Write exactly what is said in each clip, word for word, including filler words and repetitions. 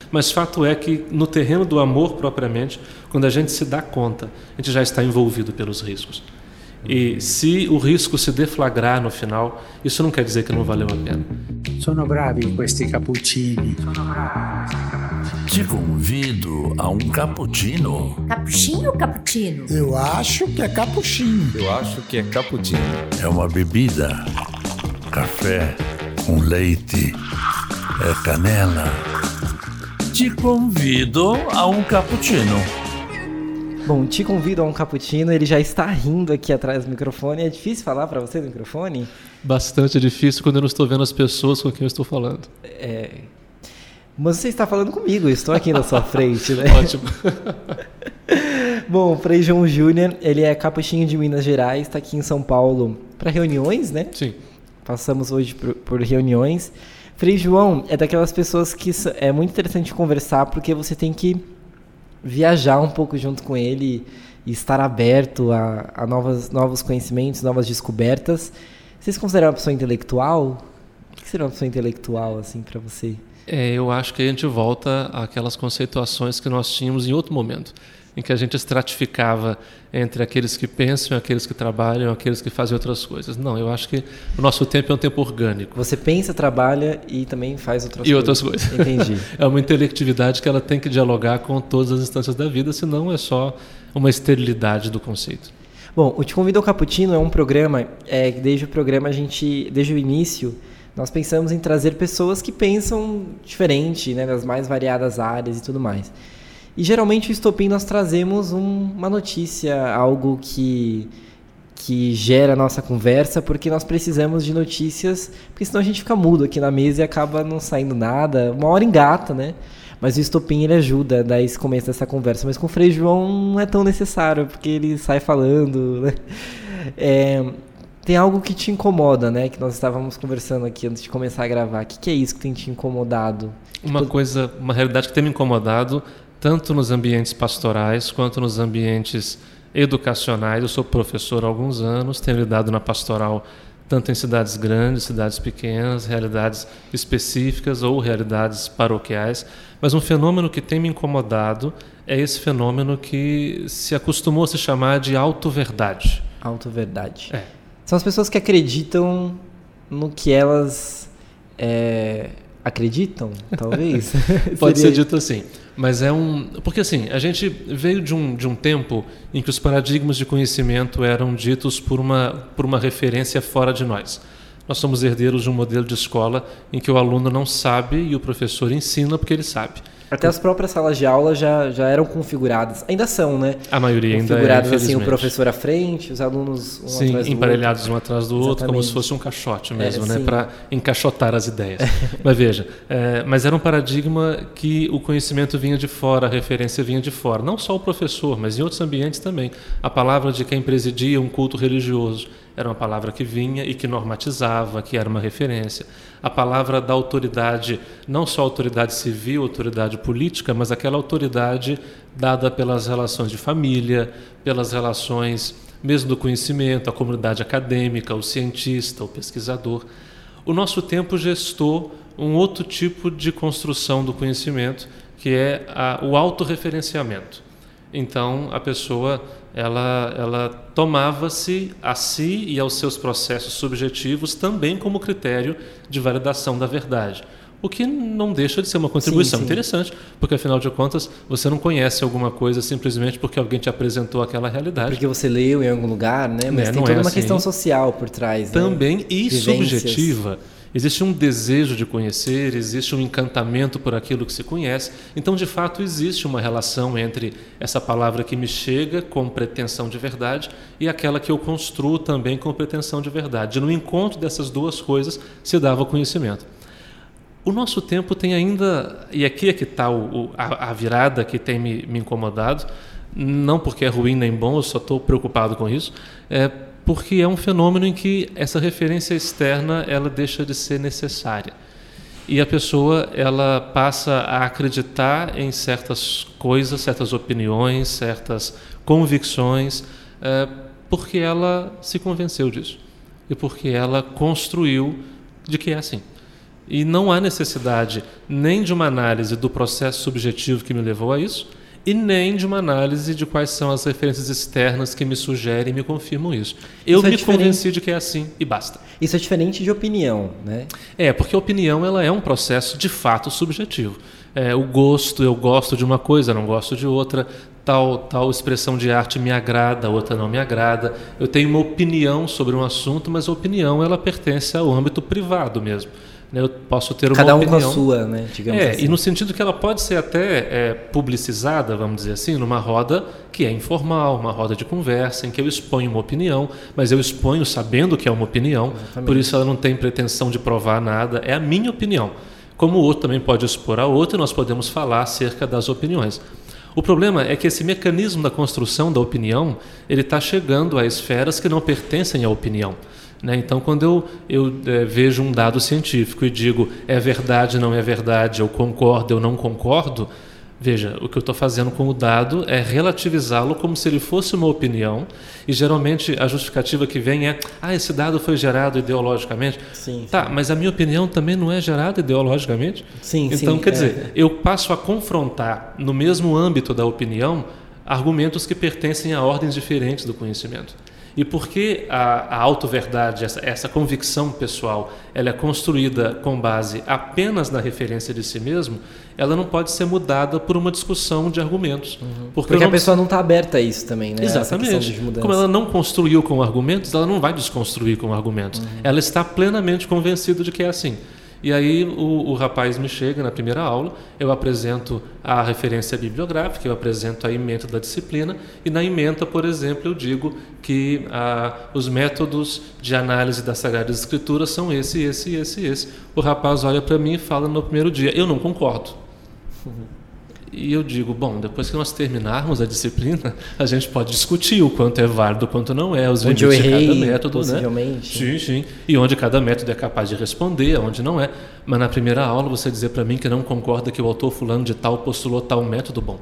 Mas fato é que no terreno do amor propriamente, quando a gente se dá conta, a gente já está envolvido pelos riscos. E se o risco se deflagrar no final, isso não quer dizer que não valeu a pena. Sono bravi questi cappuccini. Te convido a um cappuccino. Cappuccino ou cappuccino? Eu acho que é cappuccino. Eu acho que é cappuccino. É uma bebida. Café com leite. É canela. Te convido a um cappuccino. Bom, te convido a um cappuccino. Ele já está rindo aqui atrás do microfone. É difícil falar para você no microfone? Bastante difícil quando eu não estou vendo as pessoas com quem eu estou falando. É... Mas você está falando comigo, eu estou aqui na sua frente, né? Ótimo. Bom, o Frei João Júnior, ele é capuchinho de Minas Gerais, está aqui em São Paulo para reuniões, né? Sim. Passamos hoje por, por reuniões. Frei João é daquelas pessoas que é muito interessante conversar, porque você tem que viajar um pouco junto com ele e estar aberto a, a novas, novos conhecimentos, novas descobertas. Você se considera uma pessoa intelectual? O que seria uma pessoa intelectual, assim, para você? É, eu acho que a gente volta àquelas conceituações que nós tínhamos em outro momento, em que a gente estratificava entre aqueles que pensam, aqueles que trabalham, aqueles que fazem outras coisas. Não, eu acho que o nosso tempo é um tempo orgânico. Você pensa, trabalha e também faz outras e coisas. E outras coisas. Entendi. É uma intelectividade que ela tem que dialogar com todas as instâncias da vida, senão é só uma esterilidade do conceito. Bom, o Te Convido ao Cappuccino é um programa, é, desde o programa a gente, desde o início, nós pensamos em trazer pessoas que pensam diferente, né, nas mais variadas áreas e tudo mais. E geralmente o Estopim nós trazemos um, uma notícia, algo que, que gera a nossa conversa, porque nós precisamos de notícias, porque senão a gente fica mudo aqui na mesa e acaba não saindo nada, uma hora engata, né? Mas o Estopim ele ajuda a dar esse começo dessa conversa, mas com o Frei João não é tão necessário, porque ele sai falando, né? É... Tem algo que te incomoda, né? Que nós estávamos conversando aqui antes de começar a gravar. O que, que é isso que tem te incomodado? Uma tipo... coisa, uma realidade que tem me incomodado, tanto nos ambientes pastorais quanto nos ambientes educacionais. Eu sou professor há alguns anos, tenho lidado na pastoral tanto em cidades grandes, cidades pequenas, realidades específicas ou realidades paroquiais. Mas um fenômeno que tem me incomodado é esse fenômeno que se acostumou a se chamar de autoverdade. Autoverdade. É. São as pessoas que acreditam no que elas é, acreditam, talvez? Pode Seria... ser dito assim. Mas é um... Porque assim, a gente veio de um, de um tempo em que os paradigmas de conhecimento eram ditos por uma, por uma referência fora de nós. Nós somos herdeiros de um modelo de escola em que o aluno não sabe e o professor ensina porque ele sabe. Até as próprias salas de aula já, já eram configuradas, ainda são, né? A maioria ainda é, configuradas assim, o professor à frente, os alunos um sim, atrás do emparelhados outro. um atrás do outro, Exatamente. como se fosse um caixote mesmo, é, né? Para encaixotar as ideias. Mas veja, é, mas era um paradigma que o conhecimento vinha de fora, a referência vinha de fora. Não só o professor, mas em outros ambientes também. A palavra de quem presidia um culto religioso era uma palavra que vinha e que normatizava, que era uma referência. A palavra da autoridade, não só autoridade civil, autoridade política, mas aquela autoridade dada pelas relações de família, pelas relações mesmo do conhecimento, a comunidade acadêmica, o cientista, o pesquisador. O nosso tempo gestou um outro tipo de construção do conhecimento, que é a, o autorreferenciamento. Então, a pessoa ela, ela tomava-se a si e aos seus processos subjetivos também como critério de validação da verdade. O que não deixa de ser uma contribuição sim, sim. interessante, porque, afinal de contas, você não conhece alguma coisa simplesmente porque alguém te apresentou aquela realidade. Porque você leu em algum lugar, né? Mas é, tem toda é uma assim. questão social por trás. Também, né? e Vivências. subjetiva. Existe um desejo de conhecer, existe um encantamento por aquilo que se conhece. Então, de fato, existe uma relação entre essa palavra que me chega com pretensão de verdade e aquela que eu construo também com pretensão de verdade. No encontro dessas duas coisas se dava o conhecimento. O nosso tempo tem ainda, e aqui é que está a, a virada que tem me, me incomodado, não porque é ruim nem bom, eu só estou preocupado com isso, é porque é um fenômeno em que essa referência externa ela deixa de ser necessária. E a pessoa ela passa a acreditar em certas coisas, certas opiniões, certas convicções, é, porque ela se convenceu disso. E porque ela construiu de que é assim. E não há necessidade nem de uma análise do processo subjetivo que me levou a isso, e nem de uma análise de quais são as referências externas que me sugerem e me confirmam isso. Eu Isso é me diferente. convenci de que é assim e basta. Isso é diferente de opinião, né? É, porque a opinião ela é um processo de fato subjetivo. É, o gosto, eu gosto de uma coisa, não gosto de outra, tal, tal expressão de arte me agrada, outra não me agrada. Eu tenho uma opinião sobre um assunto, mas a opinião ela pertence ao âmbito privado mesmo. Eu posso ter uma Cada um opinião. com a sua, né? Digamos É, assim. e no sentido que ela pode ser até é, publicizada, vamos dizer assim, numa roda que é informal, uma roda de conversa, em que eu exponho uma opinião, mas eu exponho sabendo que é uma opinião, Exatamente. por isso ela não tem pretensão de provar nada, é a minha opinião. Como o outro também pode expor a outra, nós podemos falar acerca das opiniões. O problema é que esse mecanismo da construção da opinião, ele está chegando a esferas que não pertencem à opinião. Né? Então, quando eu, eu é, vejo um dado científico e digo é verdade, não é verdade, eu concordo, eu não concordo, veja, o que eu estou fazendo com o dado é relativizá-lo como se ele fosse uma opinião, e geralmente a justificativa que vem é ah, esse dado foi gerado ideologicamente. Sim, tá, mas a minha opinião também não é gerada ideologicamente. Sim, então, sim, quer é. dizer, eu passo a confrontar no mesmo âmbito da opinião argumentos que pertencem a ordens diferentes do conhecimento. E porque a, a auto-verdade, essa, essa convicção pessoal, ela é construída com base apenas na referência de si mesmo, ela não pode ser mudada por uma discussão de argumentos. Uhum. Porque, Porque não... a pessoa não está aberta a isso também, né? Exatamente. Como ela não construiu com argumentos, ela não vai desconstruir com argumentos. Uhum. Ela está plenamente convencida de que é assim. E aí o, o rapaz me chega na primeira aula, eu apresento a referência bibliográfica, eu apresento a ementa da disciplina, e na ementa, por exemplo, eu digo que ah, os métodos de análise das Sagradas Escrituras são esse, esse, esse, esse. O rapaz olha para mim e fala no primeiro dia, eu não concordo. Uhum. E eu digo, bom, depois que nós terminarmos a disciplina, a gente pode discutir o quanto é válido, o quanto não é, os limites de cada método, possivelmente. né? Sim, sim. E onde cada método é capaz de responder, onde não é. Mas na primeira aula você dizer para mim que não concorda que o autor fulano de tal postulou tal método, bom,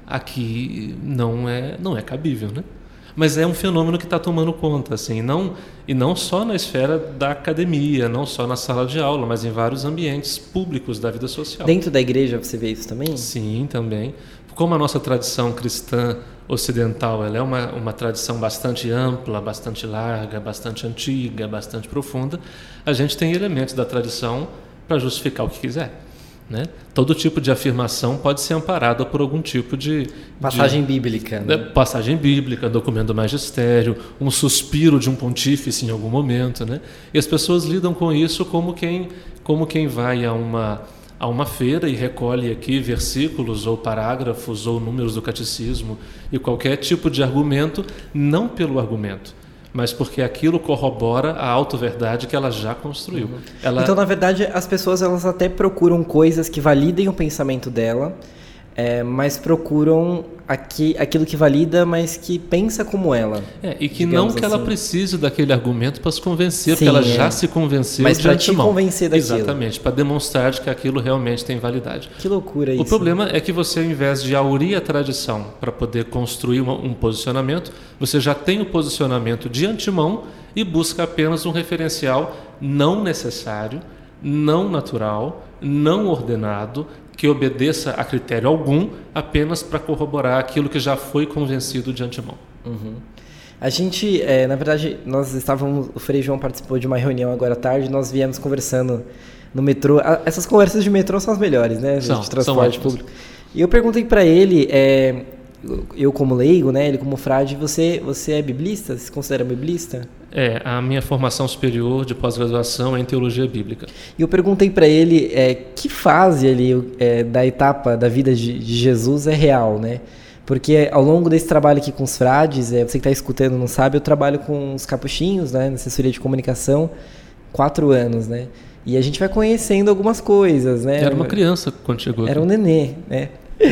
aqui não é, não é cabível, né? Mas é um fenômeno que está tomando conta, assim, não, e não só na esfera da academia, não só na sala de aula, mas em vários ambientes públicos da vida social. Dentro da igreja você vê isso também? Sim, também. Como a nossa tradição cristã ocidental, ela é uma, uma tradição bastante ampla, bastante larga, bastante antiga, bastante profunda, a gente tem elementos da tradição para justificar o que quiser. Né? Todo tipo de afirmação pode ser amparada por algum tipo de... Passagem de, bíblica. Né? Passagem bíblica, documento do magistério, um suspiro de um pontífice em algum momento. Né? E as pessoas lidam com isso como quem, como quem vai a uma, a uma feira e recolhe aqui versículos ou parágrafos ou números do catecismo e qualquer tipo de argumento, não pelo argumento, mas porque aquilo corrobora a auto-verdade que ela já construiu. Uhum. Ela... Então, na verdade, as pessoas elas até procuram coisas que validem o pensamento dela, é, mas procuram aqui, aquilo que valida, mas que pensa como ela. É, e que não que assim. ela precise daquele argumento para se convencer, Sim, porque ela é. já se convenceu mas de antemão. Mas para te convencer daquilo. Exatamente, para demonstrar de que aquilo realmente tem validade. Que loucura isso. O problema é que você, ao invés de aurir a tradição para poder construir uma, um posicionamento, você já tem o posicionamento de antemão e busca apenas um referencial não necessário, não natural, não ordenado, que obedeça a critério algum, apenas para corroborar aquilo que já foi convencido de antemão. Uhum. A gente, é, na verdade, nós estávamos, o Frei João participou de uma reunião agora à tarde, nós viemos conversando no metrô. Essas conversas de metrô são as melhores, né? São, de transporte público. E eu perguntei para ele, é, eu como leigo, né, ele como frade, você, você é biblista? Você se considera biblista? É, a minha formação superior de pós-graduação é em teologia bíblica. E eu perguntei para ele é, que fase ali é, da etapa da vida de, de Jesus é real, né? Porque ao longo desse trabalho aqui com os frades, é, você que está escutando não sabe, eu trabalho com os capuchinhos, né, na assessoria de comunicação, quatro anos, né? E a gente vai conhecendo algumas coisas, né? Era uma criança quando chegou aqui. Era um nenê, né?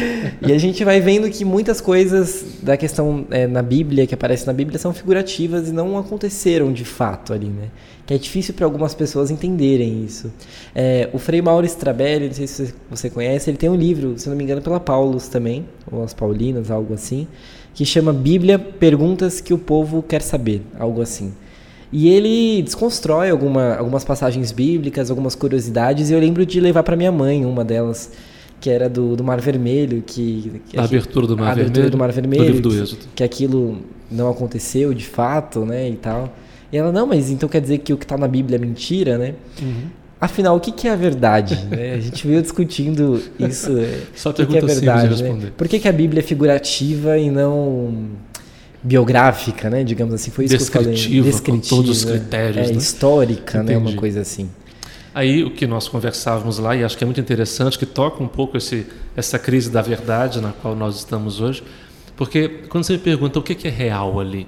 E a gente vai vendo que muitas coisas da questão é, na Bíblia, que aparecem na Bíblia, são figurativas e não aconteceram de fato ali, né? Que é difícil para algumas pessoas entenderem isso. É, o Frei Mauro Strabelli, não sei se você conhece, ele tem um livro, se não me engano, pela Paulus também, ou as Paulinas, algo assim, que chama Bíblia, Perguntas que o Povo Quer Saber, algo assim. E ele desconstrói alguma, algumas passagens bíblicas, algumas curiosidades, e eu lembro de levar para minha mãe uma delas, que era do, do Mar Vermelho, que, que a abertura do Mar a Vermelho, abertura do Mar Vermelho, do livro do que, Êxodo. que aquilo não aconteceu de fato, né, e tal. E ela, não, mas então quer dizer que o que está na Bíblia é mentira, né? Uhum. Afinal, o que, que é a verdade? Né? A gente veio discutindo isso. Só o que, que é verdade, né? Por que, que a Bíblia é figurativa e não biográfica, né? Digamos assim, foi isso descritiva, que eu falei. Descritiva, com todos os critérios. É, né? Histórica, Entendi. né? Uma coisa assim. Aí o que nós conversávamos lá, e acho que é muito interessante, que toca um pouco esse, essa crise da verdade na qual nós estamos hoje, porque quando você me pergunta o que, que é real ali,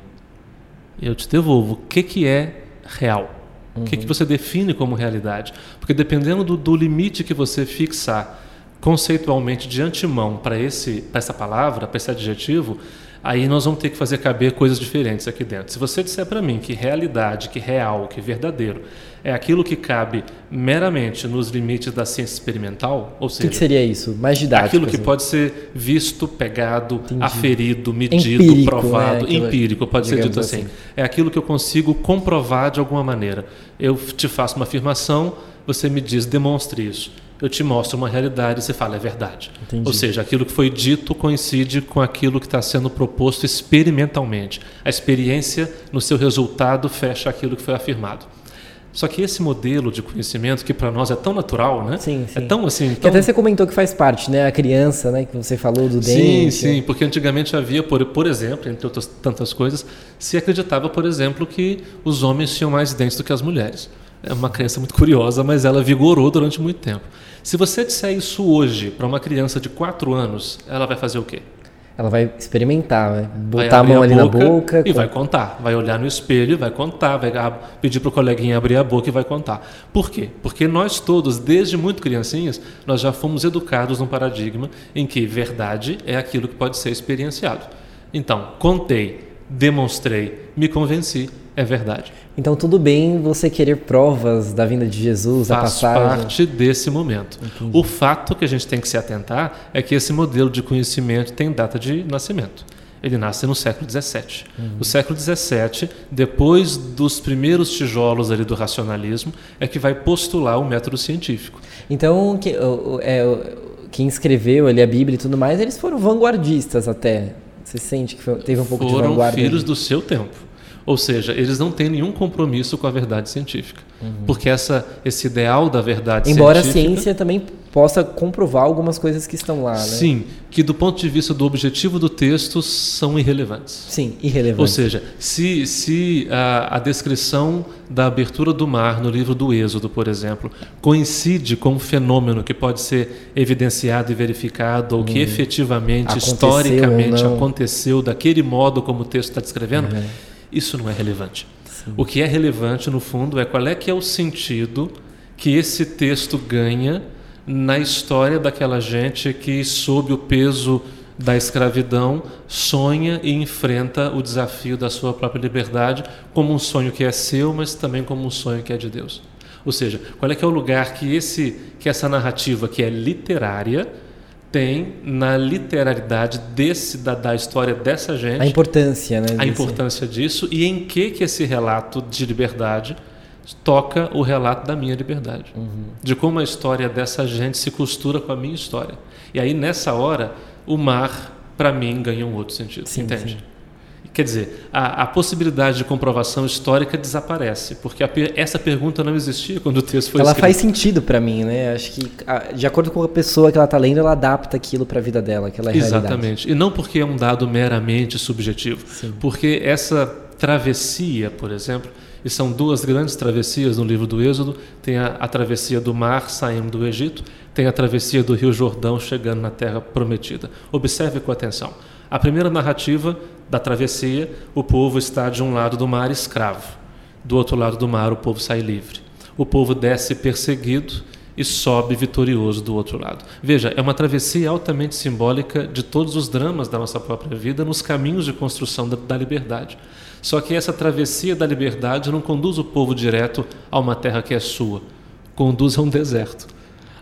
eu te devolvo, o que, que é real? Uhum. O que, que você define como realidade? Porque dependendo do, do limite que você fixar conceitualmente de antemão para esse, para essa palavra, para esse adjetivo, aí nós vamos ter que fazer caber coisas diferentes aqui dentro. Se você disser para mim que realidade, que real, que verdadeiro é aquilo que cabe meramente nos limites da ciência experimental, ou seja... O que, que seria isso? Mais didático. Aquilo que assim. pode ser visto, pegado, Entendi. aferido, medido, empírico, provado, né? Aquilo, empírico, pode ser dito assim. assim. É aquilo que eu consigo comprovar de alguma maneira. Eu te faço uma afirmação, você me diz, demonstre isso. Eu te mostro uma realidade e você fala, é verdade. Entendi. Ou seja, aquilo que foi dito coincide com aquilo que está sendo proposto experimentalmente. A experiência, no seu resultado, fecha aquilo que foi afirmado. Só que esse modelo de conhecimento, que para nós é tão natural, né? Sim, sim. É tão assim... Que tão... até você comentou que faz parte, né? A criança, né? Que você falou do sim, dente. Sim, sim, porque antigamente havia, por, por exemplo, entre outras tantas coisas, se acreditava, por exemplo, que os homens tinham mais dentes do que as mulheres. É uma crença muito curiosa, mas ela vigorou durante muito tempo. Se você disser isso hoje para uma criança de quatro anos, ela vai fazer o quê? Ela vai experimentar, vai botar vai a mão a ali boca na boca. E com... vai contar. Vai olhar no espelho e vai contar. Vai pedir para o coleguinha abrir a boca e vai contar. Por quê? Porque nós todos, desde muito criancinhas, nós já fomos educados num paradigma em que verdade é aquilo que pode ser experienciado. Então, contei, demonstrei, me convenci, é verdade. Então tudo bem você querer provas da vinda de Jesus, da passagem. Faz parte desse momento. Entendi. O fato que a gente tem que se atentar é que esse modelo de conhecimento tem data de nascimento. Ele nasce no século dezessete. Uhum. O século dezessete, depois dos primeiros tijolos ali do racionalismo, é que vai postular o método científico. Então, que, é, quem escreveu ali a Bíblia e tudo mais, eles foram vanguardistas até. Você sente que foi, teve um pouco foram de vanguarda? Foram filhos ali. do seu tempo. Ou seja, eles não têm nenhum compromisso com a verdade científica. Uhum. Porque essa, esse ideal da verdade Embora científica... Embora a ciência também possa comprovar algumas coisas que estão lá, né? Sim, que do ponto de vista do objetivo do texto são irrelevantes. Sim, irrelevantes. Ou seja, se, se a, a descrição da abertura do mar no livro do Êxodo, por exemplo, coincide com um fenômeno que pode ser evidenciado e verificado, ou que hum. efetivamente, aconteceu historicamente aconteceu daquele modo como o texto está descrevendo, uhum. isso não é relevante. Sim. O que é relevante, no fundo, é qual é que é o sentido que esse texto ganha na história daquela gente que, sob o peso da escravidão, sonha e enfrenta o desafio da sua própria liberdade como um sonho que é seu, mas também como um sonho que é de Deus. Ou seja, qual é que é o lugar que, esse, que essa narrativa, que é literária, tem na literalidade desse, da, da história dessa gente. A importância, né? A desse... importância disso e em que, que esse relato de liberdade toca o relato da minha liberdade. Uhum. De como a história dessa gente se costura com a minha história. E aí, nessa hora, o mar, para mim, ganha um outro sentido. Sim, entende? Sim. Quer dizer, a, a possibilidade de comprovação histórica desaparece, porque a, essa pergunta não existia quando o texto foi ela escrito. Ela faz sentido para mim, né? Acho que, de acordo com a pessoa que ela está lendo, ela adapta aquilo para a vida dela, aquela realidade. Exatamente. E não porque é um dado meramente subjetivo. Sim. Porque essa travessia, por exemplo, e são duas grandes travessias no livro do Êxodo, tem a, a travessia do mar saindo do Egito, tem a travessia do Rio Jordão chegando na Terra Prometida. Observe com atenção. A primeira narrativa da travessia, o povo está de um lado do mar escravo, do outro lado do mar o povo sai livre. O povo desce perseguido e sobe vitorioso do outro lado. Veja, é uma travessia altamente simbólica de todos os dramas da nossa própria vida nos caminhos de construção da, da liberdade. Só que essa travessia da liberdade não conduz o povo direto a uma terra que é sua, conduz a um deserto.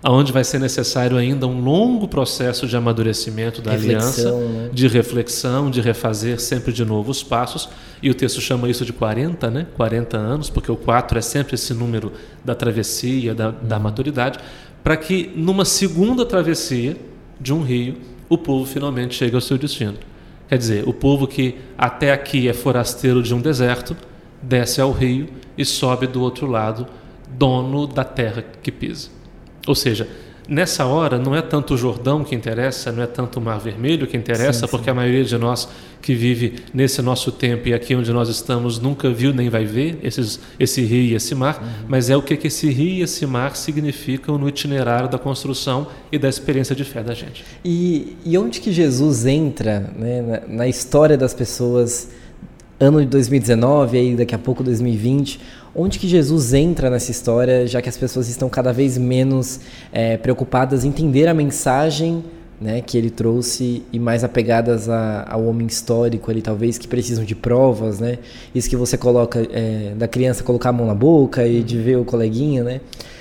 onde vai ser necessário ainda um longo processo de amadurecimento da reflexão, aliança, né? De reflexão, de refazer sempre de novo os passos, e o texto chama isso de quarenta, né? quarenta anos, porque o quatro é sempre esse número da travessia, da, da maturidade, para que numa segunda travessia de um rio, o povo finalmente chegue ao seu destino. Quer dizer, o povo que até aqui é forasteiro de um deserto, desce ao rio e sobe do outro lado, dono da terra que pisa. Ou seja, nessa hora não é tanto o Jordão que interessa, não é tanto o Mar Vermelho que interessa, sim, porque sim. a maioria de nós que vive nesse nosso tempo e aqui onde nós estamos nunca viu nem vai ver esses, esse rio e esse mar, uhum. mas é o que, que esse rio e esse mar significam no itinerário da construção e da experiência de fé da gente. E, e onde que Jesus entra, né, na, na história das pessoas, ano de dois mil e dezenove, aí daqui a pouco dois mil e vinte, onde que Jesus entra nessa história, já que as pessoas estão cada vez menos é, preocupadas em entender a mensagem, né, que ele trouxe e mais apegadas a, ao homem histórico, ali, talvez, que precisam de provas, né? Isso que você coloca, é, da criança colocar a mão na boca e de ver o coleguinha, né?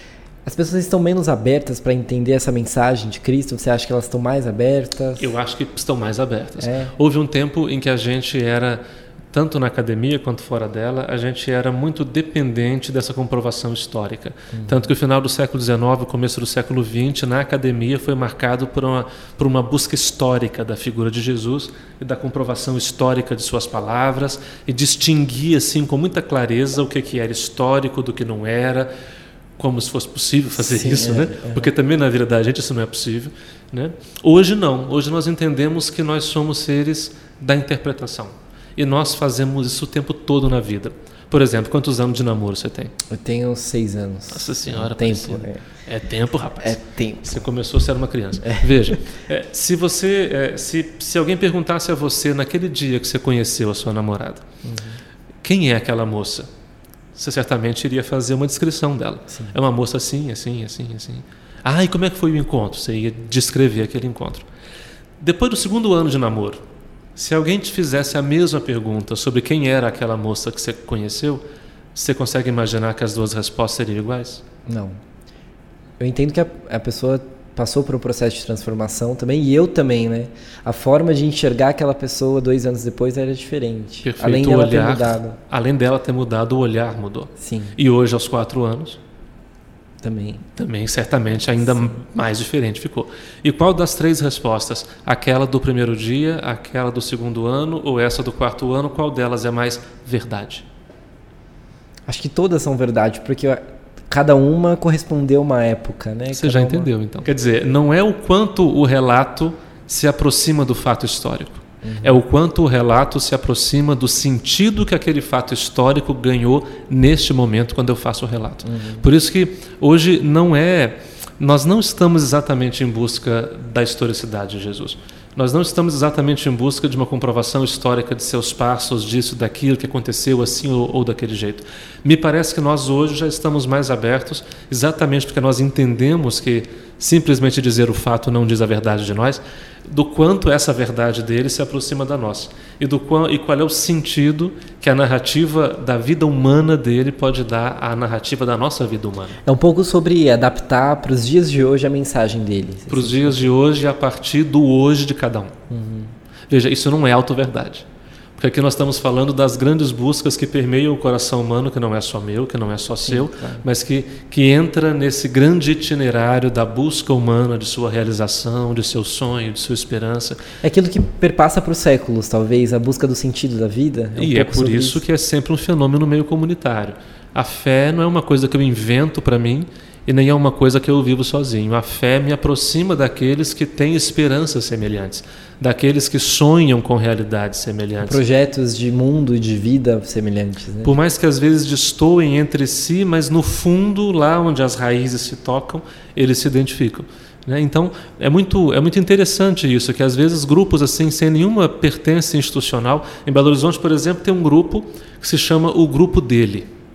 As pessoas estão menos abertas para entender essa mensagem de Cristo? Você acha que elas estão mais abertas? Eu acho que estão mais abertas. É. Houve um tempo em que a gente era, tanto na academia quanto fora dela, a gente era muito dependente dessa comprovação histórica. Uhum. Tanto que o final do século dezenove, o começo do século vinte, na academia foi marcado por uma, por uma busca histórica da figura de Jesus e da comprovação histórica de suas palavras, e distinguia assim, com muita clareza o que, que era histórico do que não era, como se fosse possível fazer Sim, isso, é, né? É. Porque também na vida da gente isso não é possível, né? Hoje não, hoje nós entendemos que nós somos seres da interpretação. E nós fazemos isso o tempo todo na vida. Por exemplo, quantos anos de namoro você tem? Eu tenho seis anos. Nossa senhora, é tempo. É. é tempo, rapaz. É tempo. Você começou, você era uma criança. É. Veja, é, se você, é, se, se alguém perguntasse a você naquele dia que você conheceu a sua namorada, uhum. quem é aquela moça? Você certamente iria fazer uma descrição dela. Sim. É uma moça assim, assim, assim, assim. Ah, e como é que foi o encontro? Você ia descrever aquele encontro. Depois do segundo ano de namoro, se alguém te fizesse a mesma pergunta sobre quem era aquela moça que você conheceu, você consegue imaginar que as duas respostas seriam iguais? Não. Eu entendo que a, a pessoa passou por um processo de transformação também, e eu também, né? A forma de enxergar aquela pessoa dois anos depois era diferente. Perfeito. Além dela o olhar, ter mudado. Além dela ter mudado, o olhar mudou. Sim. E hoje, aos quatro anos... Também. Também, certamente, ainda Sim. mais diferente ficou. E qual das três respostas? Aquela do primeiro dia, aquela do segundo ano ou essa do quarto ano? Qual delas é mais verdade? Acho que todas são verdade, porque cada uma correspondeu a uma época, né? Você cada já uma... entendeu, então. Quer dizer, não é o quanto o relato se aproxima do fato histórico. Uhum. É o quanto o relato se aproxima do sentido que aquele fato histórico ganhou neste momento quando eu faço o relato. Uhum. Por isso que hoje não é... Nós não estamos exatamente em busca da historicidade de Jesus. Nós não estamos exatamente em busca de uma comprovação histórica de seus passos, disso, daquilo que aconteceu assim ou, ou daquele jeito. Me parece que nós hoje já estamos mais abertos, exatamente porque nós entendemos que simplesmente dizer o fato não diz a verdade de nós, do quanto essa verdade dele se aproxima da nossa. E, do qual, e qual é o sentido que a narrativa da vida humana dele pode dar à narrativa da nossa vida humana. É um pouco sobre adaptar para os dias de hoje a mensagem dele. Para os dias de hoje, a partir do hoje de cada um. Uhum. Veja, isso não é auto-verdade. Porque aqui nós estamos falando das grandes buscas que permeiam o coração humano, que não é só meu, que não é só seu, Sim, claro. mas que, que entra nesse grande itinerário da busca humana de sua realização, de seu sonho, de sua esperança. É aquilo que perpassa para os séculos, talvez, a busca do sentido da vida. É um e é por isso, isso que é sempre um fenômeno no meio comunitário. A fé não é uma coisa que eu invento para mim, e nem é uma coisa que eu vivo sozinho. A fé me aproxima daqueles que têm esperanças semelhantes, daqueles que sonham com realidades semelhantes. Projetos de mundo e de vida semelhantes. Né? Por mais que às vezes destoem entre si, mas no fundo, lá onde as raízes se tocam, eles se identificam. Né? Então, é muito, é muito interessante isso, que às vezes grupos assim, sem nenhuma pertença institucional, em Belo Horizonte, por exemplo, tem um grupo que se chama o Grupo Dele.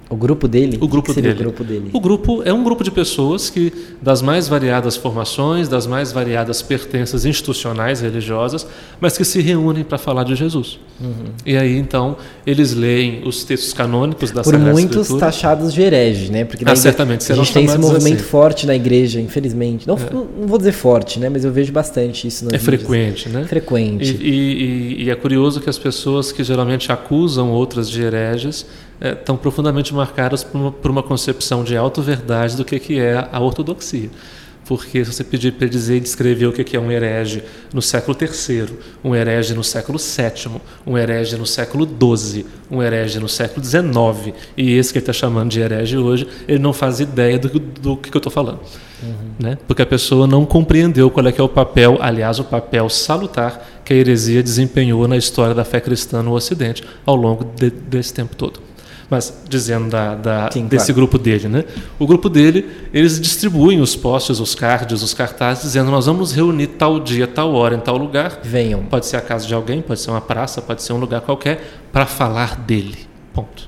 O grupo dele? O grupo que seria dele. o grupo dele? O grupo é um grupo de pessoas que, das mais variadas formações, das mais variadas pertenças institucionais, religiosas, mas que se reúnem para falar de Jesus. Uhum. E aí, então, eles leem os textos canônicos da Por Sagrada muitos Escritura. taxados de herege, né? Porque ah, igreja, certamente a gente tem esse movimento assim. forte na igreja, infelizmente. Não, é. não vou dizer forte, né? Mas eu vejo bastante isso nas É mídias. frequente, né? Frequente. E, e, e é curioso que as pessoas que geralmente acusam outras de hereges estão é, profundamente marcadas por uma, por uma concepção de auto-verdade do que, que é a ortodoxia. Porque se você pedir para dizer e descrever o que, que é um herege no século terceiro, um herege no século sétimo, um herege no século doze, um herege no século dezenove, e esse que ele está chamando de herege hoje, ele não faz ideia do, do que, que eu estou falando. Uhum. Né? Porque a pessoa não compreendeu qual é que é o papel, aliás, o papel salutar que a heresia desempenhou na história da fé cristã no Ocidente ao longo de, desse tempo todo. Mas, dizendo da, da, Sim, desse claro. grupo dele, né? O grupo dele, eles distribuem os posts, os cards, os cartazes, dizendo: nós vamos reunir tal dia, tal hora, em tal lugar. Venham. Pode ser a casa de alguém, pode ser uma praça, pode ser um lugar qualquer, para falar dele. Ponto.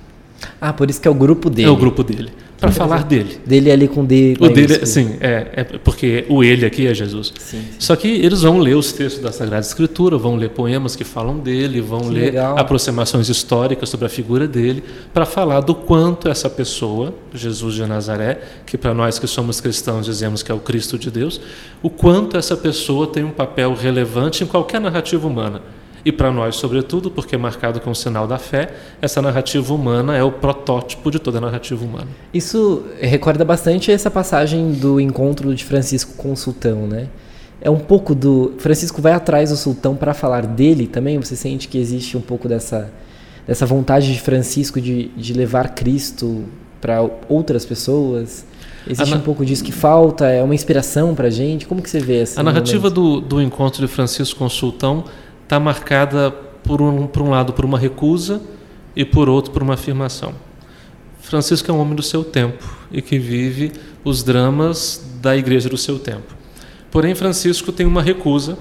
Ah, por isso que é o grupo dele. É o grupo dele. Para falar dele. Dele ali com D. O dele, sim, é, é porque o ele aqui é Jesus. Sim, sim. Só que eles vão ler os textos da Sagrada Escritura, vão ler poemas que falam dele, vão que ler legal. aproximações históricas sobre a figura dele, para falar do quanto essa pessoa, Jesus de Nazaré, que para nós que somos cristãos dizemos que é o Cristo de Deus, o quanto essa pessoa tem um papel relevante em qualquer narrativa humana. E para nós, sobretudo, porque é marcado com o sinal da fé, essa narrativa humana é o protótipo de toda a narrativa humana. Isso recorda bastante essa passagem do encontro de Francisco com o sultão, né? É um pouco do... Francisco vai atrás do sultão para falar dele também? Você sente que existe um pouco dessa, dessa vontade de Francisco de, de levar Cristo para outras pessoas? Existe na... um pouco disso que falta? É uma inspiração para a gente? Como que você vê essa? A narrativa do, do encontro de Francisco com o sultão está marcada, por um, por um lado, por uma recusa e, por outro, por uma afirmação. Francisco é um homem do seu tempo e que vive os dramas da igreja do seu tempo. Porém, Francisco tem uma recusa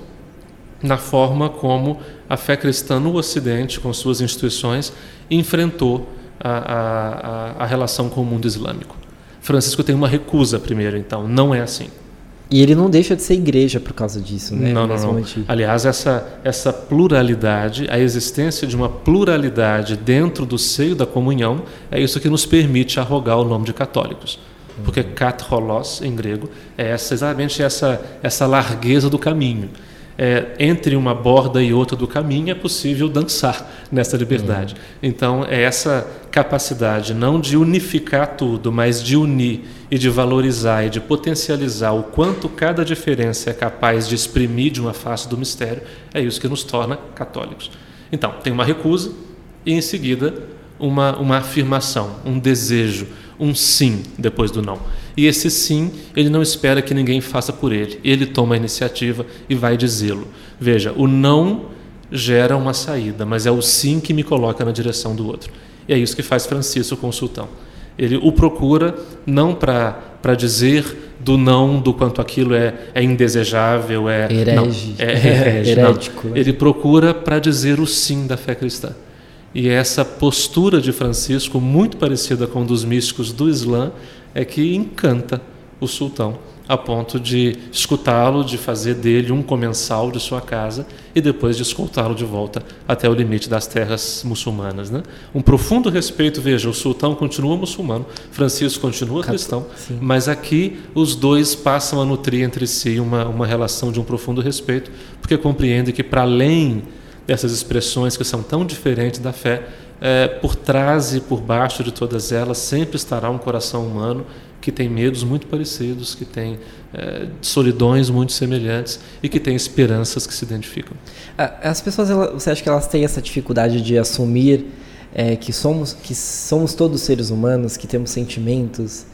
na forma como a fé cristã no Ocidente, com suas instituições, enfrentou a, a, a relação com o mundo islâmico. Francisco tem uma recusa primeiro, então, não é assim. E ele não deixa de ser igreja por causa disso, né? Não, não, não. Aliás, essa, essa pluralidade, a existência de uma pluralidade dentro do seio da comunhão, é isso que nos permite arrogar o nome de católicos. Porque uhum. katholos, em grego, é essa, exatamente essa, essa largueza do caminho. É, entre uma borda e outra do caminho é possível dançar nessa liberdade. Uhum. Então, é essa capacidade não de unificar tudo, mas de unir e de valorizar e de potencializar o quanto cada diferença é capaz de exprimir de uma face do mistério, é isso que nos torna católicos. Então, tem uma recusa e, em seguida, uma, uma afirmação, um desejo, um sim depois do não. E esse sim, ele não espera que ninguém faça por ele. Ele toma a iniciativa e vai dizê-lo. Veja, o não gera uma saída, mas é o sim que me coloca na direção do outro. E é isso que faz Francisco com o sultão. Ele o procura não para para dizer do não, do quanto aquilo é, é indesejável, é... herege. Não, é, é herege, herético. Não. Ele procura para dizer o sim da fé cristã. E essa postura de Francisco, muito parecida com a dos místicos do Islã, é que encanta o sultão, a ponto de escutá-lo, de fazer dele um comensal de sua casa e depois de escoltá-lo de volta até o limite das terras muçulmanas. Né? Um profundo respeito, veja, o sultão continua muçulmano, Francisco continua cristão, Sim. mas aqui os dois passam a nutrir entre si uma, uma relação de um profundo respeito, porque compreendem que, para além dessas expressões que são tão diferentes da fé, é, por trás e por baixo de todas elas sempre estará um coração humano que tem medos muito parecidos, que tem é, solidões muito semelhantes e que tem esperanças que se identificam. As pessoas, você acha que elas têm essa dificuldade de assumir é, que, somos, que somos todos seres humanos, que temos sentimentos,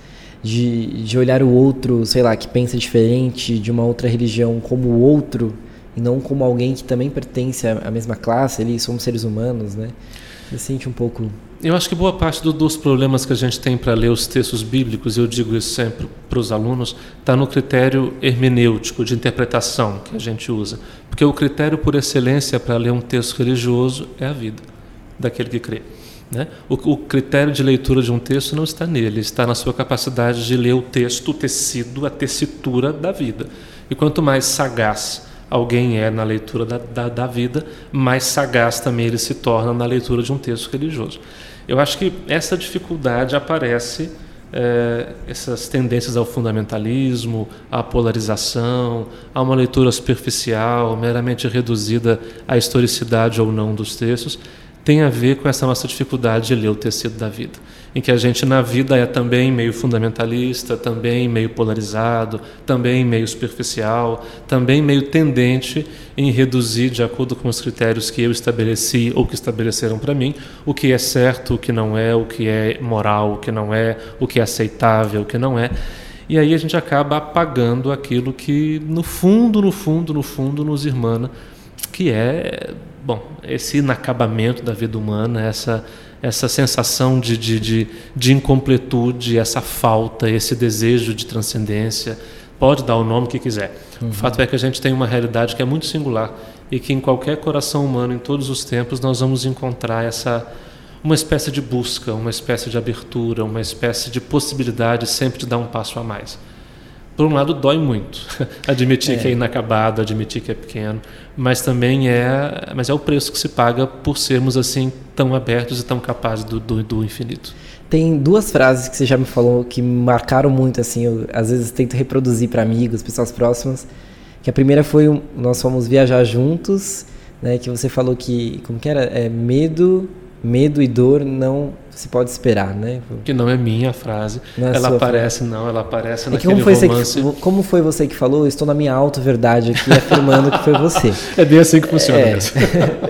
de, de olhar o outro, sei lá, que pensa diferente, de uma outra religião como o outro, e não como alguém que também pertence à mesma classe, ali somos seres humanos, né? Você sente um pouco... Eu acho que boa parte do, dos problemas que a gente tem para ler os textos bíblicos, e eu digo isso sempre para os alunos, está no critério hermenêutico, de interpretação que a gente usa. Porque o critério por excelência para ler um texto religioso é a vida daquele que crê. Né? O, o critério de leitura de um texto não está nele, está na sua capacidade de ler o texto, o tecido, a tessitura da vida. E quanto mais sagaz alguém é na leitura da, da, da vida, mais sagaz também ele se torna na leitura de um texto religioso. Eu acho que essa dificuldade aparece, é, essas tendências ao fundamentalismo, à polarização, a uma leitura superficial, meramente reduzida à historicidade ou não dos textos, tem a ver com essa nossa dificuldade de ler o tecido da vida, em que a gente na vida é também meio fundamentalista, também meio polarizado, também meio superficial, também meio tendente em reduzir, de acordo com os critérios que eu estabeleci ou que estabeleceram para mim, o que é certo, o que não é, o que é moral, o que não é, o que é aceitável, o que não é. E aí a gente acaba apagando aquilo que no fundo, no fundo, no fundo nos irmana, que é, bom, esse inacabamento da vida humana, essa, essa sensação de, de, de, de incompletude, essa falta, esse desejo de transcendência. Pode dar o nome que quiser. Uhum. O fato é que a gente tem uma realidade que é muito singular e que em qualquer coração humano, em todos os tempos, nós vamos encontrar essa, uma espécie de busca, uma espécie de abertura, uma espécie de possibilidade sempre de dar um passo a mais. Por um lado, dói muito admitir é. que é inacabado, admitir que é pequeno, mas também é, mas é o preço que se paga por sermos assim tão abertos e tão capazes do, do, do infinito. Tem duas frases que você já me falou que me marcaram muito, assim, eu às vezes tento reproduzir para amigos, pessoas próximas, que a primeira foi, um, nós fomos viajar juntos, né, que você falou que, como que era? É, medo, medo e dor não se pode esperar, né? Que não é minha frase, é ela aparece, frase. não, ela aparece é naquele como foi romance. Que, como foi você que falou? Eu estou na minha auto-verdade aqui, afirmando que foi você. É bem assim que funciona é. mesmo.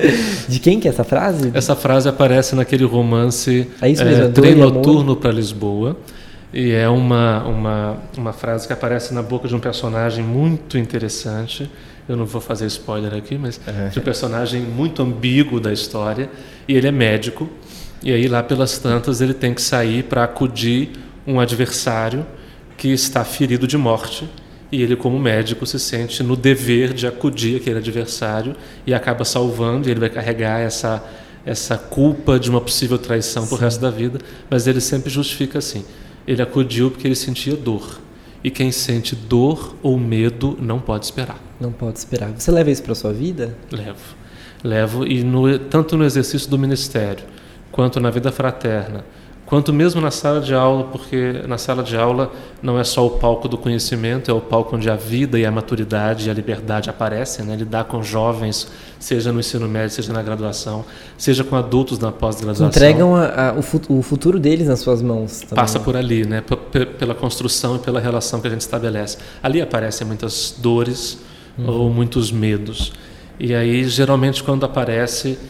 De quem que é essa frase? Essa frase aparece naquele romance é isso mesmo, é, Trem Noturno para Lisboa, e é uma, uma, uma frase que aparece na boca de um personagem muito interessante. Eu não vou fazer spoiler aqui, mas é. de um personagem muito ambíguo da história, e ele é médico. E aí, lá pelas tantas, ele tem que sair para acudir um adversário que está ferido de morte. E ele, como médico, se sente no dever de acudir aquele adversário e acaba salvando. E ele vai carregar essa, essa culpa de uma possível traição para o resto da vida. Mas ele sempre justifica assim. Ele acudiu porque ele sentia dor. E quem sente dor ou medo não pode esperar. Não pode esperar. Você leva isso para a sua vida? Levo. Levo, e no, tanto no exercício do ministério, quanto na vida fraterna, quanto mesmo na sala de aula, porque na sala de aula não é só o palco do conhecimento, é o palco onde a vida e a maturidade e a liberdade aparecem, né? Lidar com jovens, seja no ensino médio, seja na graduação, seja com adultos na pós-graduação. Entregam a, a, o futuro deles nas suas mãos. Também. Passa por ali, né? P- p- pela construção e pela relação que a gente estabelece. Ali aparecem muitas dores uhum. ou muitos medos. E aí, geralmente, quando aparece...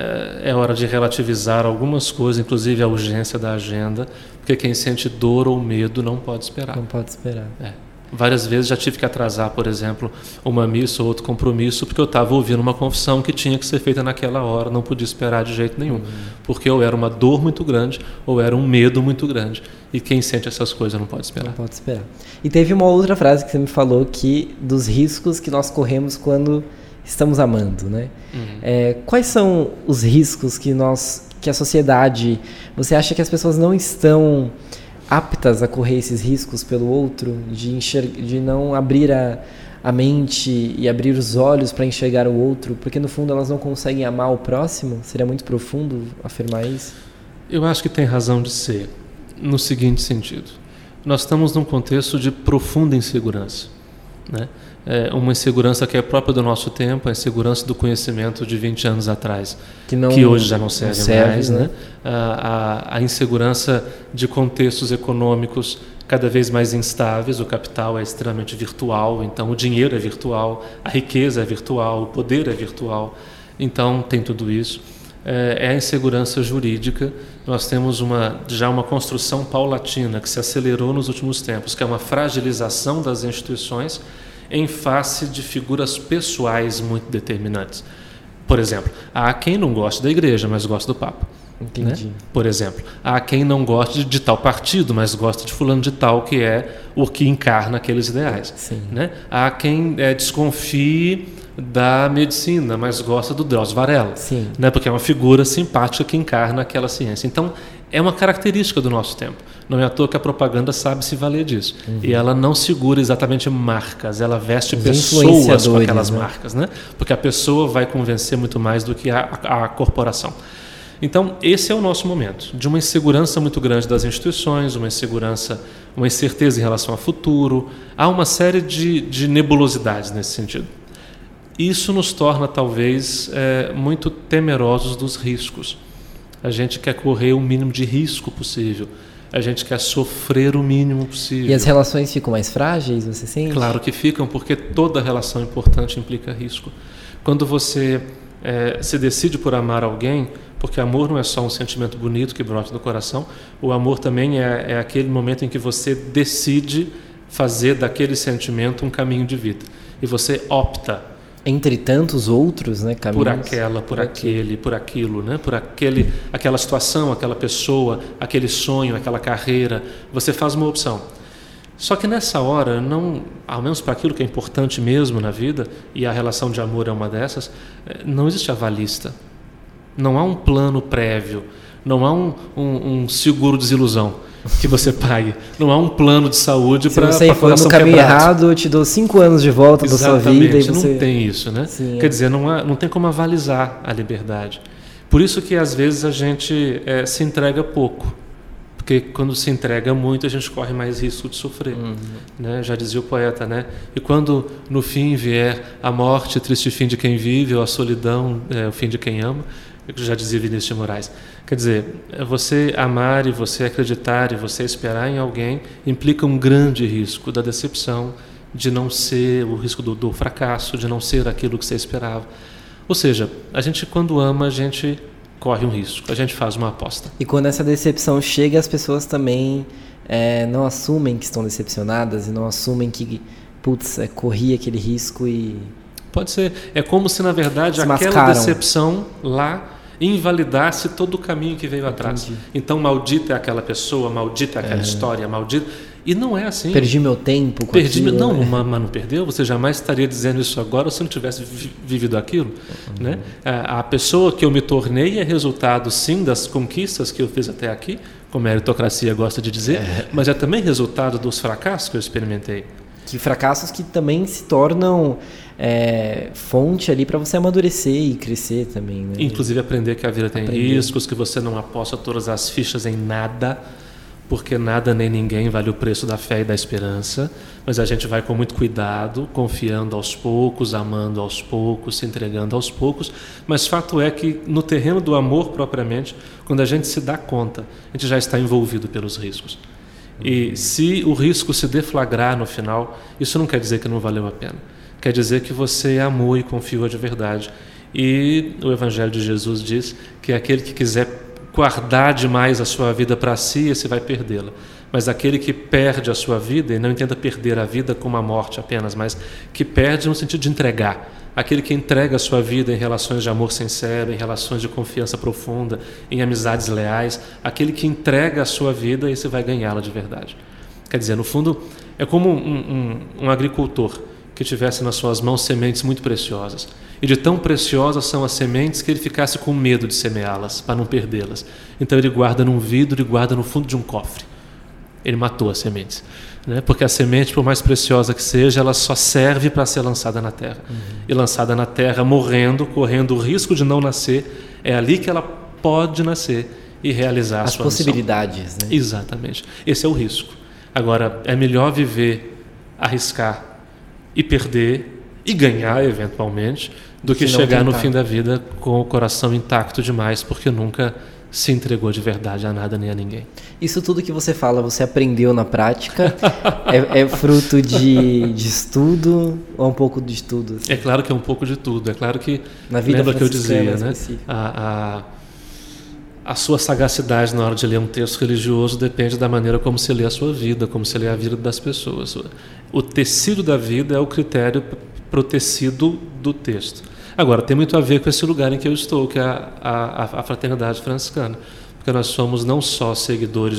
é hora de relativizar algumas coisas, inclusive a urgência da agenda, porque quem sente dor ou medo não pode esperar. Não pode esperar. É. Várias vezes já tive que atrasar, por exemplo, uma missa ou outro compromisso, porque eu estava ouvindo uma confissão que tinha que ser feita naquela hora, não podia esperar de jeito nenhum, uhum. porque ou era uma dor muito grande, ou era um medo muito grande. E quem sente essas coisas não pode esperar. Não pode esperar. E teve uma outra frase que você me falou, que dos riscos que nós corremos quando... estamos amando, né? Uhum. É, quais são os riscos que nós, que a sociedade, você acha que as pessoas não estão aptas a correr esses riscos pelo outro, de, enxergar, de não abrir a, a mente e abrir os olhos para enxergar o outro, porque no fundo elas não conseguem amar o próximo? Seria muito profundo afirmar isso? Eu acho que tem razão de ser, no seguinte sentido. Nós estamos num contexto de profunda insegurança, né? É uma insegurança que é própria do nosso tempo, a insegurança do conhecimento de vinte anos atrás, que, não, que hoje já não serve, não serve mais, né? Né? A, a, a insegurança de contextos econômicos cada vez mais instáveis, o capital é extremamente virtual, então o dinheiro é virtual, a riqueza é virtual, o poder é virtual, então tem tudo isso. É, é a insegurança jurídica. Nós temos uma, já uma construção paulatina que se acelerou nos últimos tempos, que é uma fragilização das instituições em face de figuras pessoais muito determinantes. Por exemplo, há quem não goste da igreja, mas gosta do Papa. Entendi. Né? Por exemplo, há quem não goste de, de tal partido, mas gosta de fulano de tal, que é o que encarna aqueles ideais. Sim. Né? Há quem é, desconfie da medicina, mas gosta do Drauzio Varela, Sim. né? Porque é uma figura simpática que encarna aquela ciência. Então, é uma característica do nosso tempo. Não é à toa que a propaganda sabe se valer disso. Uhum. E ela não segura exatamente marcas, ela veste Os pessoas com aquelas, né? marcas, né? Porque a pessoa vai convencer muito mais do que a, a, a corporação. Então, esse é o nosso momento, de uma insegurança muito grande das instituições, uma insegurança, uma incerteza em relação ao futuro. Há uma série de, de nebulosidades nesse sentido. Isso nos torna, talvez, é, muito temerosos dos riscos. A gente quer correr o mínimo de risco possível. A gente quer sofrer o mínimo possível. E as relações ficam mais frágeis, você sente? Claro que ficam, porque toda relação importante implica risco. Quando você é, se decide por amar alguém, porque amor não é só um sentimento bonito que brota do coração, o amor também é, é aquele momento em que você decide fazer daquele sentimento um caminho de vida. E você opta entre tantos outros, né, caminhos. Por aquela, por, por aquele, por aquilo, né? Por aquele, aquela situação, aquela pessoa, aquele sonho, aquela carreira. Você faz uma opção. Só que nessa hora, não, ao menos para aquilo que é importante mesmo na vida, e a relação de amor é uma dessas, não existe avalista. Não há um plano prévio, não há um, um, um seguro desilusão que você pague. Não há um plano de saúde para Se você for no caminho quebrado. errado, eu te dou cinco anos de volta Exatamente, da sua vida. E você... não tem isso, né? Sim, Quer é. dizer, não, há, não tem como avalizar a liberdade. Por isso que às vezes a gente é, se entrega pouco. Porque quando se entrega muito, a gente corre mais risco de sofrer. Uhum. Né? Já dizia o poeta, né? E quando no fim vier a morte, triste fim de quem vive, ou a solidão, é, o fim de quem ama, já dizia Vinícius de Moraes. Quer dizer, você amar e você acreditar e você esperar em alguém implica um grande risco da decepção, de não ser, o risco do, do fracasso, de não ser aquilo que você esperava. Ou seja, a gente quando ama, a gente corre um risco, a gente faz uma aposta. E quando essa decepção chega, as pessoas também é, não assumem que estão decepcionadas e não assumem que, putz, é, corri aquele risco e... Pode ser. É como se, na verdade, se aquela mascaram. decepção lá invalidasse todo o caminho que veio atrás. Entendi. Então, maldita é aquela pessoa, maldita é aquela é. história, maldita... E não é assim. Perdi meu tempo com Perdi aquilo. Meu... Não, né? mas não perdeu. Você jamais estaria dizendo isso agora se não tivesse vivido aquilo. Uhum. Né? A pessoa que eu me tornei é resultado, sim, das conquistas que eu fiz até aqui, como a meritocracia gosta de dizer, é. mas é também resultado dos fracassos que eu experimentei. Que fracassos que também se tornam é, fonte ali para você amadurecer e crescer também. Né? Inclusive aprender que a vida tem aprender. riscos, que você não aposta todas as fichas em nada, porque nada nem ninguém vale o preço da fé e da esperança, mas a gente vai com muito cuidado, confiando aos poucos, amando aos poucos, se entregando aos poucos, mas fato é que no terreno do amor propriamente, quando a gente se dá conta, a gente já está envolvido pelos riscos. E se o risco se deflagrar no final, isso não quer dizer que não valeu a pena. Quer dizer que você amou e confiou de verdade. E o Evangelho de Jesus diz que aquele que quiser guardar demais a sua vida para si, esse vai perdê-la. Mas aquele que perde a sua vida, e não entenda perder a vida como a morte apenas, mas que perde no sentido de entregar. Aquele que entrega a sua vida em relações de amor sincero, em relações de confiança profunda, em amizades leais, aquele que entrega a sua vida, esse vai ganhá-la de verdade. Quer dizer, no fundo, é como um, um, um agricultor que tivesse nas suas mãos sementes muito preciosas. E de tão preciosas são as sementes que ele ficasse com medo de semeá-las, para não perdê-las. Então ele guarda num vidro e guarda no fundo de um cofre. Ele matou as sementes. Né? Porque a semente, por mais preciosa que seja, ela só serve para ser lançada na terra. Uhum. E lançada na terra, morrendo, correndo o risco de não nascer, é ali que ela pode nascer e realizar as a sua possibilidades. missão. Né? Exatamente. Esse é o risco. Agora, é melhor viver, arriscar e perder e ganhar, eventualmente, do que, que chegar no fim da vida com o coração intacto demais, porque nunca se entregou de verdade a nada nem a ninguém. Isso tudo que você fala, você aprendeu na prática? é, é fruto de, de estudo ou um pouco de estudo? Assim? É claro que é um pouco de tudo. É claro que, na vida lembra que eu dizia, né? A, a, a sua sagacidade na hora de ler um texto religioso depende da maneira como você lê a sua vida, como você lê a vida das pessoas. O tecido da vida é o critério para o tecido do texto. Agora, tem muito a ver com esse lugar em que eu estou, que é a, a, a fraternidade franciscana, porque nós somos não só seguidores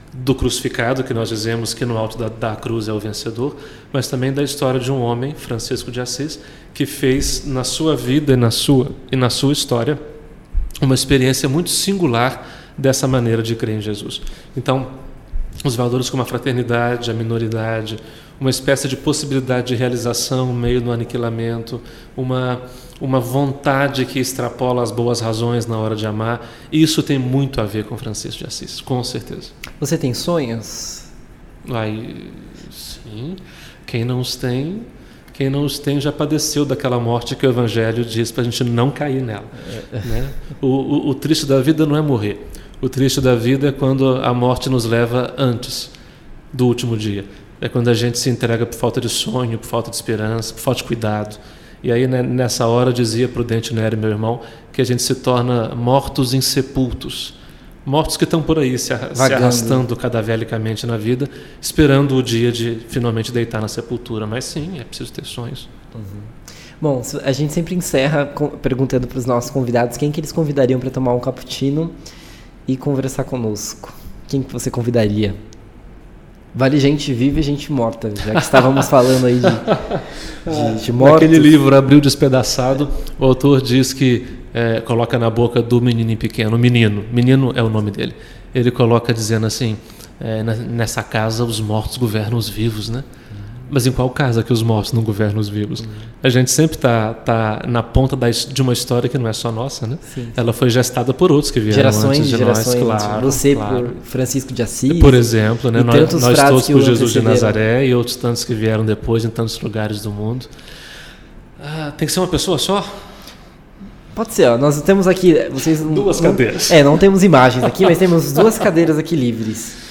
do crucificado, que nós dizemos que no alto da, da cruz é o vencedor, mas também da história de um homem, Francisco de Assis, que fez na sua vida e na sua, e na sua história uma experiência muito singular dessa maneira de crer em Jesus. Então, os valores como a fraternidade, a minoridade, uma espécie de possibilidade de realização meio no aniquilamento, uma, uma vontade que extrapola as boas razões na hora de amar, isso tem muito a ver com Francisco de Assis, com certeza. Você tem sonhos? Aí, sim, quem não os tem, quem não os tem já padeceu daquela morte que o Evangelho diz para a gente não cair nela. É. Né? O, o, o triste da vida não é morrer. O triste da vida é quando a morte nos leva antes do último dia. É quando a gente se entrega por falta de sonho, por falta de esperança, por falta de cuidado. E aí, né, nessa hora, dizia Prudente Neri, meu irmão, que a gente se torna mortos insepultos. Mortos que estão por aí, se, a, se arrastando cadavericamente na vida, esperando o dia de finalmente deitar na sepultura. Mas sim, é preciso ter sonhos. Uhum. Bom, a gente sempre encerra perguntando para os nossos convidados quem que eles convidariam para tomar um cappuccino e conversar conosco. Quem que você convidaria? Vale gente viva e gente morta, já que estávamos falando aí de, de, de mortos. Naquele livro, Abril Despedaçado, o autor diz que é, coloca na boca do menininho pequeno, menino, menino é o nome dele, ele coloca dizendo assim, é, nessa casa os mortos governam os vivos, né? Mas em qual casa que os mortos não governam os vivos? Uhum. A gente sempre está tá na ponta da, de uma história que não é só nossa, né? Sim. Ela foi gestada por outros que vieram gerações antes de gerações, nós, claro. Você claro. por Francisco de Assis. Por exemplo, né? nós, nós todos por Jesus de Nazaré e outros tantos que vieram depois em tantos lugares do mundo. Ah, tem que ser uma pessoa só? Pode ser, ó, nós temos aqui... Vocês duas não, cadeiras. É, não temos imagens aqui, mas temos duas cadeiras aqui livres.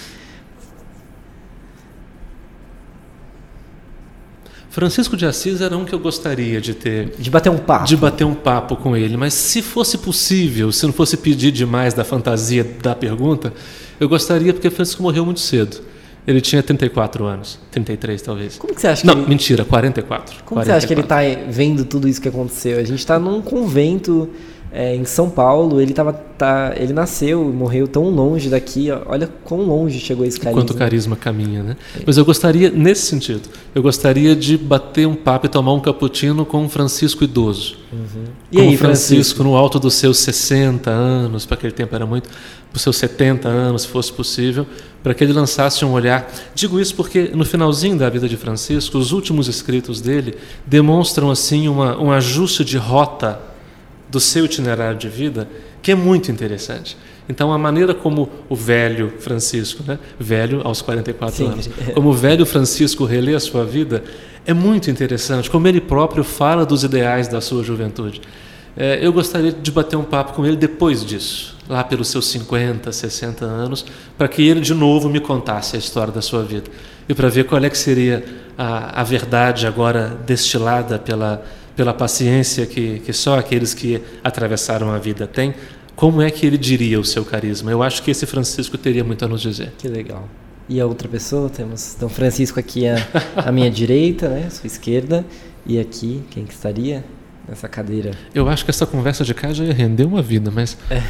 Francisco de Assis era um que eu gostaria de ter... De bater um papo. De bater um papo com ele. Mas se fosse possível, se não fosse pedir demais da fantasia da pergunta, eu gostaria, porque Francisco morreu muito cedo. Ele tinha trinta e quatro anos, trinta e três talvez. Como que você acha que Não, ele... mentira, quarenta e quatro. Como quarenta e quatro. você acha que ele está vendo tudo isso que aconteceu? A gente está num convento é, em São Paulo, ele, tava, tá, ele nasceu e morreu tão longe daqui, ó, olha quão longe chegou esse carisma. Quanto o carisma caminha, né? É. Mas eu gostaria, nesse sentido, eu gostaria de bater um papo e tomar um cappuccino com um Francisco idoso. Uhum. E com aí, Francisco, Francisco, no alto dos seus sessenta anos, para aquele tempo era muito, para os seus setenta anos, se fosse possível, para que ele lançasse um olhar. Digo isso porque no finalzinho da vida de Francisco, os últimos escritos dele demonstram assim uma, um ajuste de rota do seu itinerário de vida, que é muito interessante. Então, a maneira como o velho Francisco, né, velho aos quarenta e quatro Sim. anos, como o velho Francisco relê a sua vida, é muito interessante, como ele próprio fala dos ideais da sua juventude. É, eu gostaria de bater um papo com ele depois disso, lá pelos seus cinquenta, sessenta anos, para que ele de novo me contasse a história da sua vida e para ver qual é que seria a, a verdade agora destilada pela pela paciência que, que só aqueles que atravessaram a vida têm, como é que ele diria o seu carisma? Eu acho que esse Francisco teria muito a nos dizer. Que legal. E a outra pessoa, temos Dom Francisco aqui à, à minha direita, né, à sua esquerda, e aqui, quem que estaria nessa cadeira? Eu acho que essa conversa de cá já ia render uma vida, mas... É.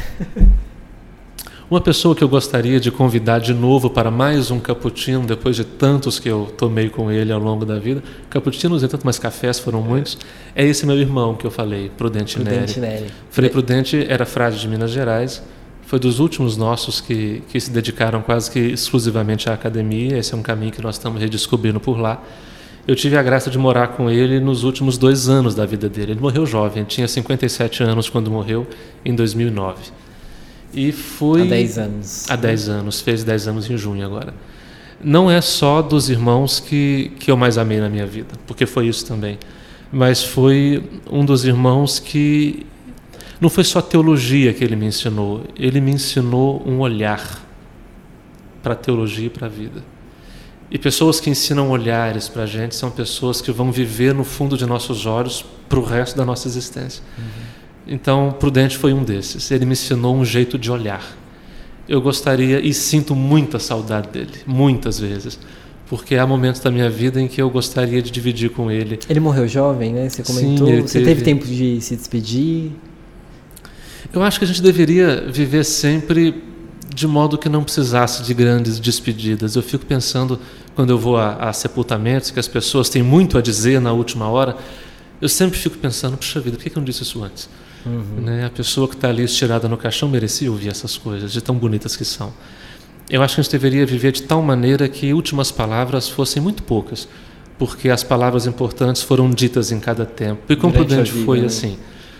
Uma pessoa que eu gostaria de convidar de novo para mais um cappuccino, depois de tantos que eu tomei com ele ao longo da vida, cappuccinos e tanto mais cafés foram muitos, é esse meu irmão que eu falei, Prudente, Prudente Neri. Neri. Frei Prudente era frade de Minas Gerais, foi dos últimos nossos que, que se dedicaram quase que exclusivamente à academia, esse é um caminho que nós estamos redescobrindo por lá. Eu tive a graça de morar com ele nos últimos dois anos da vida dele. Ele morreu jovem, tinha cinquenta e sete anos quando morreu, em dois mil e nove. E foi... Há dez anos. Há dez anos, fez dez anos em junho agora. Não é só dos irmãos que, que eu mais amei na minha vida, porque foi isso também. Mas foi um dos irmãos que... Não foi só teologia que ele me ensinou, ele me ensinou um olhar para a teologia e para a vida. E pessoas que ensinam olhares para a gente são pessoas que vão viver no fundo de nossos olhos para o resto da nossa existência. Uhum. Então, Prudente foi um desses. Ele me ensinou um jeito de olhar. Eu gostaria e sinto muita saudade dele, muitas vezes, porque há momentos da minha vida em que eu gostaria de dividir com ele. Ele morreu jovem, né? Você comentou. Sim, ele Você teve... teve tempo de se despedir? Eu acho que a gente deveria viver sempre de modo que não precisasse de grandes despedidas. Eu fico pensando, quando eu vou a, a sepultamentos, que as pessoas têm muito a dizer na última hora, eu sempre fico pensando, puxa vida, por que eu não disse isso antes? Uhum. Né? A pessoa que está ali estirada no caixão merecia ouvir essas coisas, de tão bonitas que são. Eu acho que a gente deveria viver de tal maneira que últimas palavras fossem muito poucas, porque as palavras importantes foram ditas em cada tempo. E com Prudente foi, né, assim.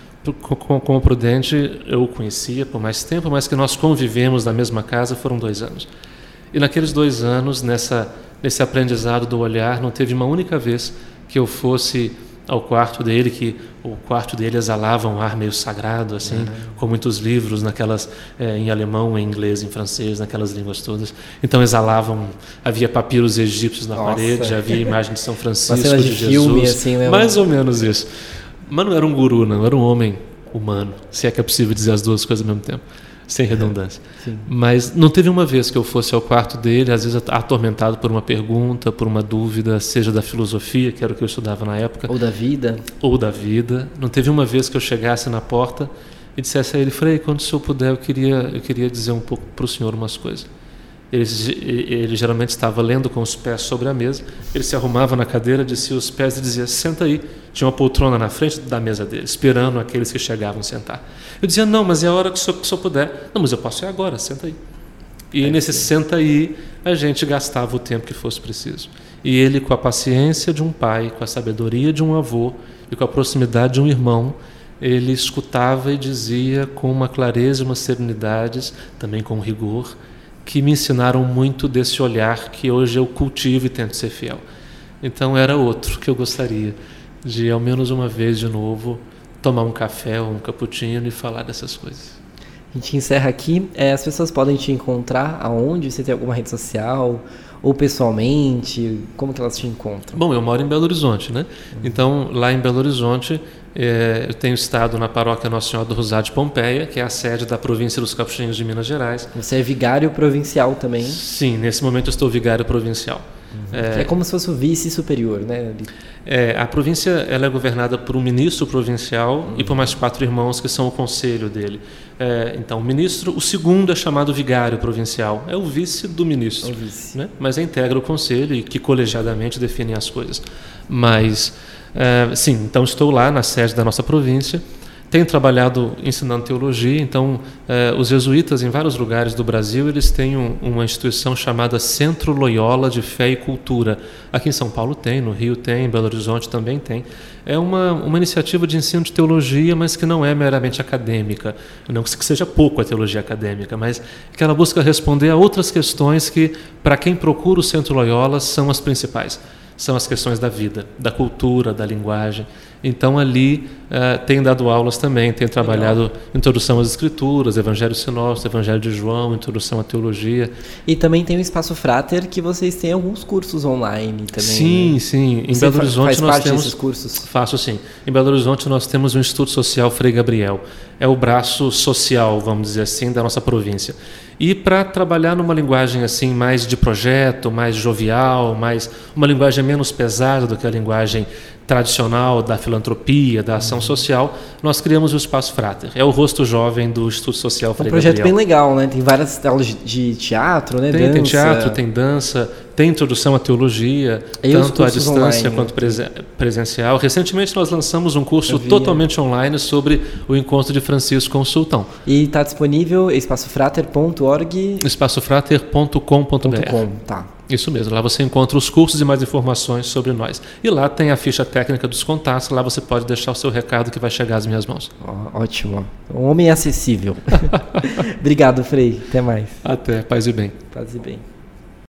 Com, com o Prudente eu o conhecia por mais tempo, mas que nós convivemos na mesma casa foram dois anos. E naqueles dois anos, nessa, nesse aprendizado do olhar, não teve uma única vez que eu fosse ao quarto dele, que o quarto dele exalava um ar meio sagrado, assim, uhum. com muitos livros naquelas, é, em alemão, em inglês, em francês, naquelas línguas todas. Então exalavam, havia papiros egípcios na Nossa. parede, havia imagem de São Francisco, de, de Jesus, filme, assim, né? Mais ou menos isso. Mas não era um guru, não, era um homem humano, se é que é possível dizer as duas coisas ao mesmo tempo, sem redundância. É, mas não teve uma vez que eu fosse ao quarto dele, às vezes atormentado por uma pergunta, por uma dúvida, seja da filosofia, que era o que eu estudava na época. Ou da vida. Ou da vida. Não teve uma vez que eu chegasse na porta e dissesse a ele, Frei, quando o senhor puder, eu queria, eu queria dizer um pouco para o senhor umas coisas. Ele, ele geralmente estava lendo com os pés sobre a mesa, ele se arrumava na cadeira, descia os pés e dizia, senta aí. Tinha uma poltrona na frente da mesa dele, esperando aqueles que chegavam sentar. Eu dizia, não, mas é a hora que o senhor, que o senhor puder. Não, mas eu posso ir agora, senta aí. E é nesse sim. senta aí, a gente gastava o tempo que fosse preciso. E ele, com a paciência de um pai, com a sabedoria de um avô e com a proximidade de um irmão, ele escutava e dizia com uma clareza e uma serenidade, também com rigor, que me ensinaram muito desse olhar que hoje eu cultivo e tento ser fiel. Então era outro que eu gostaria de, ao menos uma vez de novo, tomar um café ou um cappuccino e falar dessas coisas. A gente encerra aqui. É, as pessoas podem te encontrar aonde? Você tem alguma rede social? Ou pessoalmente? Como que elas te encontram? Bom, eu moro em Belo Horizonte, né? Uhum. Então, lá em Belo Horizonte, é, eu tenho estado na paróquia Nossa Senhora do Rosário de Pompeia, que é a sede da província dos Capuchinhos de Minas Gerais. Você é vigário provincial também? Sim, nesse momento eu estou vigário provincial. Uhum. É, é como se fosse o vice superior, né? É, a província ela é governada por um ministro provincial uhum. e por mais quatro irmãos que são o conselho dele. É, então, o ministro, o segundo é chamado vigário provincial, é o vice do ministro, é o vice. Né? Mas integra o conselho e que colegiadamente definem as coisas. Mas, é, sim, então estou lá na sede da nossa província. Tenho trabalhado ensinando teologia, então eh, os jesuítas em vários lugares do Brasil, eles têm um, uma instituição chamada Centro Loyola de Fé e Cultura. Aqui em São Paulo tem, no Rio tem, em Belo Horizonte também tem. É uma, uma iniciativa de ensino de teologia, mas que não é meramente acadêmica. Não que seja pouco a teologia acadêmica, mas que ela busca responder a outras questões que, para quem procura o Centro Loyola, são as principais. São as questões da vida, da cultura, da linguagem. Então, ali, uh, tenho dado aulas também, tenho trabalhado Legal. Introdução às Escrituras, Evangelho Sinóptico, Evangelho de João, Introdução à Teologia. E também tem o Espaço Frater, que vocês têm alguns cursos online também. Sim, né? sim. Em Você Belo Horizonte faz nós parte temos desses cursos? Faço sim. Em Belo Horizonte nós temos o Instituto Social Frei Gabriel. É o braço social, vamos dizer assim, da nossa província. E para trabalhar numa linguagem assim mais de projeto, mais jovial, mais uma linguagem menos pesada do que a linguagem tradicional da filantropia, da ação social, nós criamos o Espaço Frater. É o rosto jovem do Instituto Social Frei Gabriel. Um projeto bem legal, né? Tem várias aulas de teatro, né? Tem, dança. tem teatro, tem dança, tem introdução à teologia, e tanto à distância online, quanto presen- presencial. Recentemente nós lançamos um curso totalmente online sobre o encontro de Francisco com o Sultão. E está disponível espaço frater ponto org? espaço frater ponto com ponto b r. Tá. Isso mesmo, lá você encontra os cursos e mais informações sobre nós. E lá tem a ficha técnica dos contatos, lá você pode deixar o seu recado que vai chegar às minhas mãos. Oh, ótimo, um homem acessível. Obrigado, Frei, até mais. Até, paz e bem. Paz e bem.